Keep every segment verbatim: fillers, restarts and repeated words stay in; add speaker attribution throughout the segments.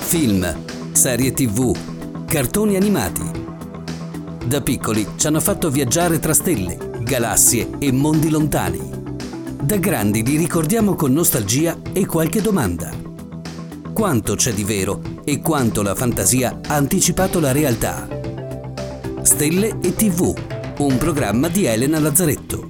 Speaker 1: Film, serie tivù, cartoni animati. Da piccoli ci hanno fatto viaggiare tra stelle, galassie e mondi lontani. Da grandi li ricordiamo con nostalgia e qualche domanda. Quanto c'è di vero e quanto la fantasia ha anticipato la realtà? Stelle e tivù, un programma di Elena Lazzaretto.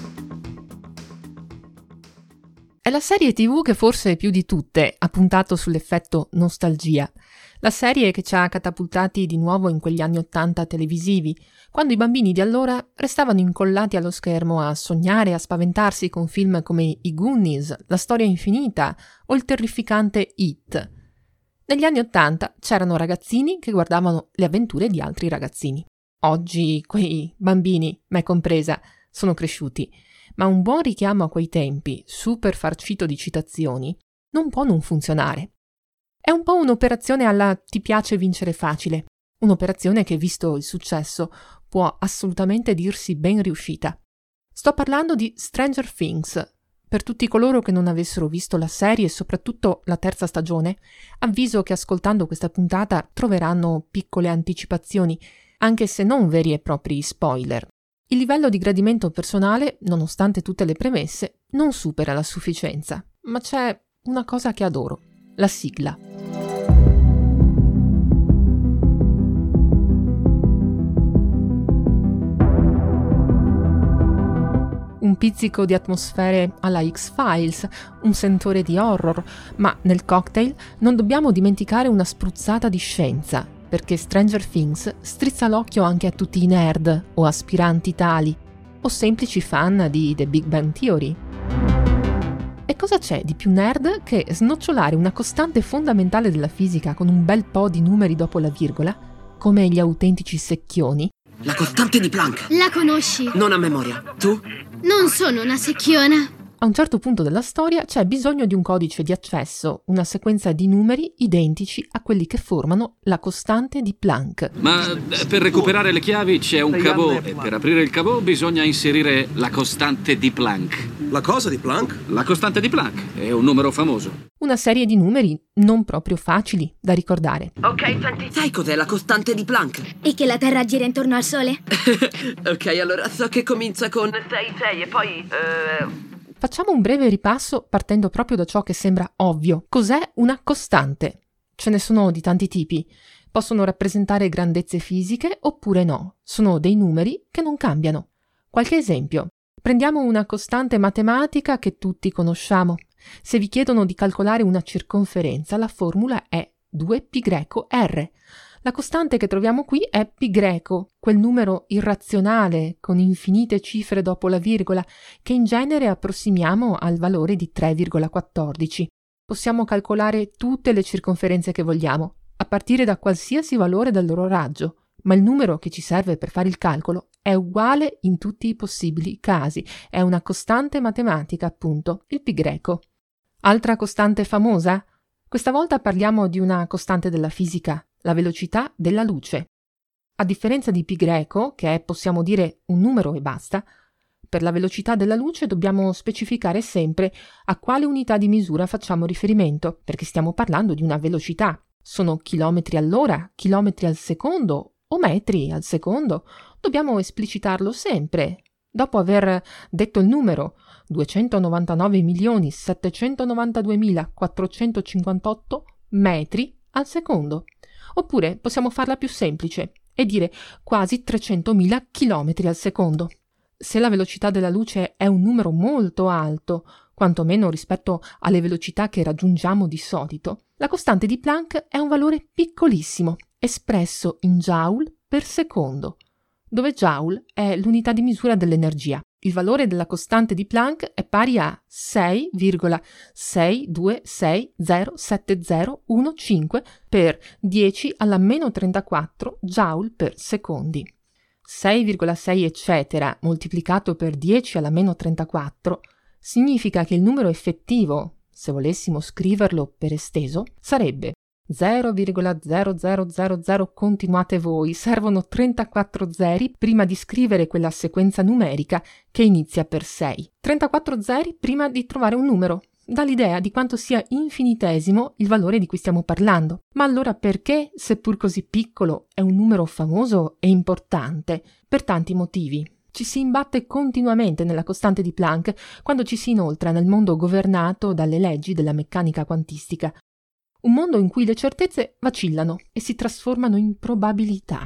Speaker 2: È la serie tivù che forse più di tutte ha puntato sull'effetto nostalgia. La serie che ci ha catapultati di nuovo in quegli anni ottanta televisivi, quando i bambini di allora restavano incollati allo schermo a sognare e a spaventarsi con film come I Goonies, La storia infinita o il terrificante It. Negli anni ottanta c'erano ragazzini che guardavano le avventure di altri ragazzini. Oggi quei bambini, me compresa, sono cresciuti, ma un buon richiamo a quei tempi, super farcito di citazioni, non può non funzionare. È un po' un'operazione alla ti piace vincere facile, un'operazione che, visto il successo, può assolutamente dirsi ben riuscita. Sto parlando di Stranger Things. Per tutti coloro che non avessero visto la serie e soprattutto la terza stagione, avviso che ascoltando questa puntata troveranno piccole anticipazioni, anche se non veri e propri spoiler. Il livello di gradimento personale, nonostante tutte le premesse, non supera la sufficienza, ma c'è una cosa che adoro, la sigla. Un pizzico di atmosfere alla X-Files, un sentore di horror, ma nel cocktail non dobbiamo dimenticare una spruzzata di scienza, perché Stranger Things strizza l'occhio anche a tutti i nerd o aspiranti tali, o semplici fan di The Big Bang Theory. E cosa c'è di più nerd che snocciolare una costante fondamentale della fisica con un bel po' di numeri dopo la virgola, come gli autentici secchioni?
Speaker 3: La costante di Planck.
Speaker 4: La conosci?
Speaker 3: Non a memoria. Tu?
Speaker 4: Non sono una secchiona.
Speaker 2: A un certo punto della storia c'è bisogno di un codice di accesso, una sequenza di numeri identici a quelli che formano la costante di Planck.
Speaker 5: Ma per recuperare le chiavi c'è un caveau e per aprire il caveau bisogna inserire la costante di Planck.
Speaker 6: La cosa di Planck?
Speaker 5: La costante di Planck è un numero famoso.
Speaker 2: Una serie di numeri non proprio facili da ricordare.
Speaker 3: Ok, senti. Sai cos'è la costante di Planck?
Speaker 4: E che la Terra gira intorno al Sole?
Speaker 3: Ok, allora so che comincia con sei sei e poi... Uh...
Speaker 2: Facciamo un breve ripasso partendo proprio da ciò che sembra ovvio. Cos'è una costante? Ce ne sono di tanti tipi. Possono rappresentare grandezze fisiche oppure no. Sono dei numeri che non cambiano. Qualche esempio. Prendiamo una costante matematica che tutti conosciamo. Se vi chiedono di calcolare una circonferenza, la formula è due pi greco R. La costante che troviamo qui è pi greco, quel numero irrazionale con infinite cifre dopo la virgola che in genere approssimiamo al valore di tre virgola quattordici. Possiamo calcolare tutte le circonferenze che vogliamo, a partire da qualsiasi valore del loro raggio, ma il numero che ci serve per fare il calcolo è uguale in tutti i possibili casi. È una costante matematica, appunto, il pi greco. Altra costante famosa? Questa volta parliamo di una costante della fisica, la velocità della luce. A differenza di pi greco, che è, possiamo dire, un numero e basta, per la velocità della luce dobbiamo specificare sempre a quale unità di misura facciamo riferimento, perché stiamo parlando di una velocità. Sono chilometri all'ora, chilometri al secondo o metri al secondo. Dobbiamo esplicitarlo sempre. Dopo aver detto il numero duecentonovantanove milioni settecentonovantaduemilaquattrocentocinquantotto metri al secondo. Oppure possiamo farla più semplice e dire quasi trecentomila chilometri al secondo. Se la velocità della luce è un numero molto alto, quantomeno rispetto alle velocità che raggiungiamo di solito, la costante di Planck è un valore piccolissimo, espresso in joule per secondo, dove joule è l'unità di misura dell'energia. Il valore della costante di Planck è pari a sei virgola sei due sei zero sette zero uno cinque per dieci alla meno trentaquattro joule per secondi. sei virgola sei eccetera moltiplicato per dieci alla meno trentaquattro significa che il numero effettivo, se volessimo scriverlo per esteso, sarebbe zero virgola zero zero zero zero continuate voi, servono trentaquattro zeri prima di scrivere quella sequenza numerica che inizia per sei. trentaquattro zeri prima di trovare un numero. dà l'idea di quanto sia infinitesimo il valore di cui stiamo parlando. Ma allora perché, seppur così piccolo, è un numero famoso e importante? Per tanti motivi. Ci si imbatte continuamente nella costante di Planck quando ci si inoltra nel mondo governato dalle leggi della meccanica quantistica. Un mondo in cui le certezze vacillano e si trasformano in probabilità.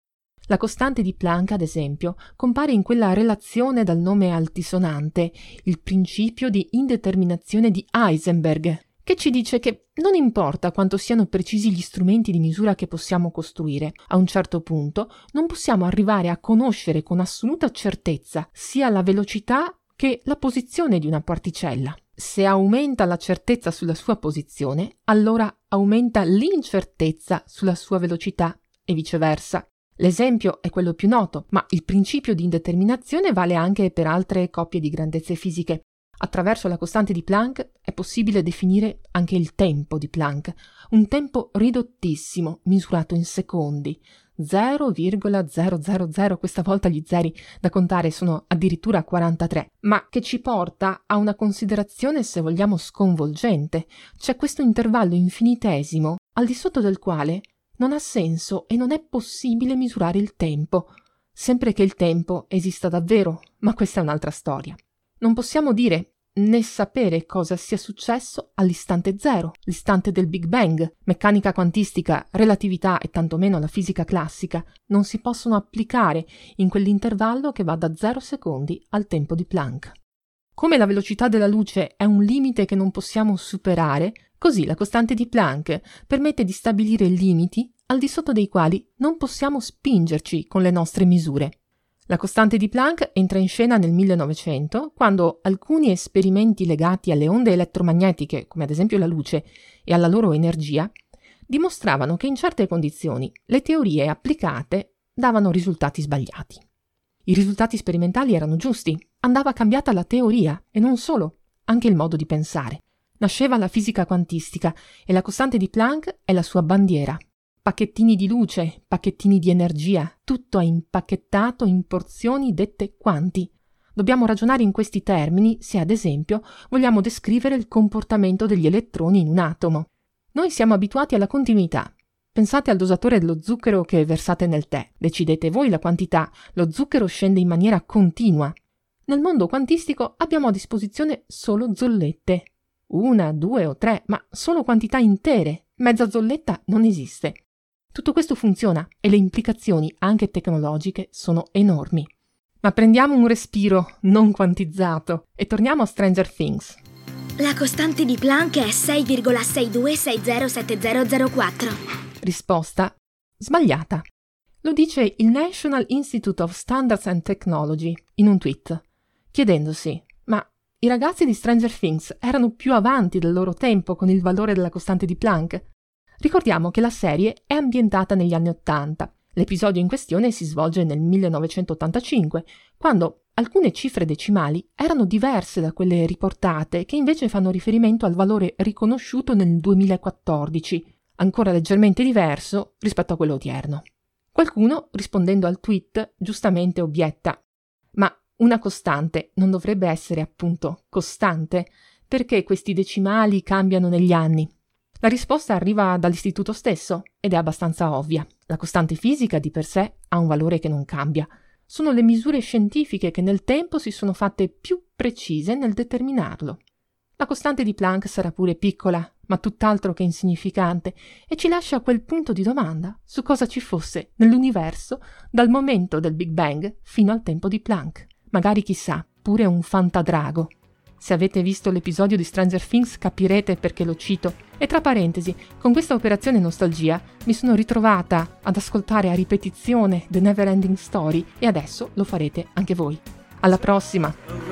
Speaker 2: La costante di Planck, ad esempio, compare in quella relazione dal nome altisonante, il principio di indeterminazione di Heisenberg, che ci dice che non importa quanto siano precisi gli strumenti di misura che possiamo costruire, a un certo punto non possiamo arrivare a conoscere con assoluta certezza sia la velocità che la posizione di una particella. Se aumenta la certezza sulla sua posizione, allora aumenta l'incertezza sulla sua velocità e viceversa. L'esempio è quello più noto, ma il principio di indeterminazione vale anche per altre coppie di grandezze fisiche. Attraverso la costante di Planck è possibile definire anche il tempo di Planck, un tempo ridottissimo, misurato in secondi, zero virgola zero zero zero, questa volta gli zeri da contare sono addirittura quarantatré, ma che ci porta a una considerazione, se vogliamo, sconvolgente. C'è questo intervallo infinitesimo al di sotto del quale non ha senso e non è possibile misurare il tempo, sempre che il tempo esista davvero, ma questa è un'altra storia. Non possiamo dire né sapere cosa sia successo all'istante zero, l'istante del Big Bang. Meccanica quantistica, relatività e tantomeno la fisica classica non si possono applicare in quell'intervallo che va da zero secondi al tempo di Planck. Come la velocità della luce è un limite che non possiamo superare, così la costante di Planck permette di stabilire limiti al di sotto dei quali non possiamo spingerci con le nostre misure. La costante di Planck entra in scena nel millenovecento, quando alcuni esperimenti legati alle onde elettromagnetiche, come ad esempio la luce, e alla loro energia, dimostravano che in certe condizioni le teorie applicate davano risultati sbagliati. I risultati sperimentali erano giusti, andava cambiata la teoria e non solo, anche il modo di pensare. Nasceva la fisica quantistica e la costante di Planck è la sua bandiera. Pacchettini di luce, pacchettini di energia, tutto è impacchettato in porzioni dette quanti. Dobbiamo ragionare in questi termini se, ad esempio, vogliamo descrivere il comportamento degli elettroni in un atomo. Noi siamo abituati alla continuità. Pensate al dosatore dello zucchero che versate nel tè. Decidete voi la quantità. Lo zucchero scende in maniera continua. Nel mondo quantistico abbiamo a disposizione solo zollette. Una, due o tre, ma solo quantità intere. Mezza zolletta non esiste. Tutto questo funziona e le implicazioni, anche tecnologiche, sono enormi. Ma prendiamo un respiro non quantizzato e torniamo a Stranger Things.
Speaker 4: La costante di Planck è sei virgola sei due sei zero sette zero zero quattro.
Speaker 2: Risposta sbagliata. Lo dice il National Institute of Standards and Technology in un tweet, chiedendosi: ma i ragazzi di Stranger Things erano più avanti del loro tempo con il valore della costante di Planck? Ricordiamo che la serie è ambientata negli anni Ottanta. L'episodio in questione si svolge nel millenovecentottantacinque, quando alcune cifre decimali erano diverse da quelle riportate, che invece fanno riferimento al valore riconosciuto nel duemilaquattordici, ancora leggermente diverso rispetto a quello odierno. Qualcuno, rispondendo al tweet, giustamente obietta: ma una costante non dovrebbe essere appunto costante? Perché questi decimali cambiano negli anni? La risposta arriva dall'istituto stesso ed è abbastanza ovvia. La costante fisica di per sé ha un valore che non cambia. Sono le misure scientifiche che nel tempo si sono fatte più precise nel determinarlo. La costante di Planck sarà pure piccola, ma tutt'altro che insignificante, e ci lascia quel punto di domanda su cosa ci fosse nell'universo dal momento del Big Bang fino al tempo di Planck. Magari, chissà, pure un fantadrago. Se avete visto l'episodio di Stranger Things capirete perché lo cito. E tra parentesi, con questa operazione nostalgia mi sono ritrovata ad ascoltare a ripetizione The Neverending Story e adesso lo farete anche voi. Alla prossima!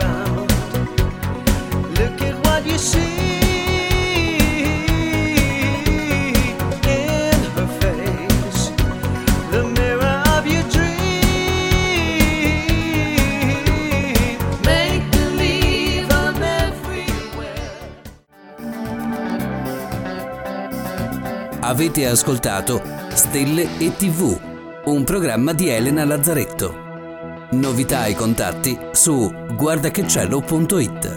Speaker 1: Avete ascoltato Stelle e tivù, un programma di Elena Lazzaretto. Novità e contatti su guardachecielo punto it.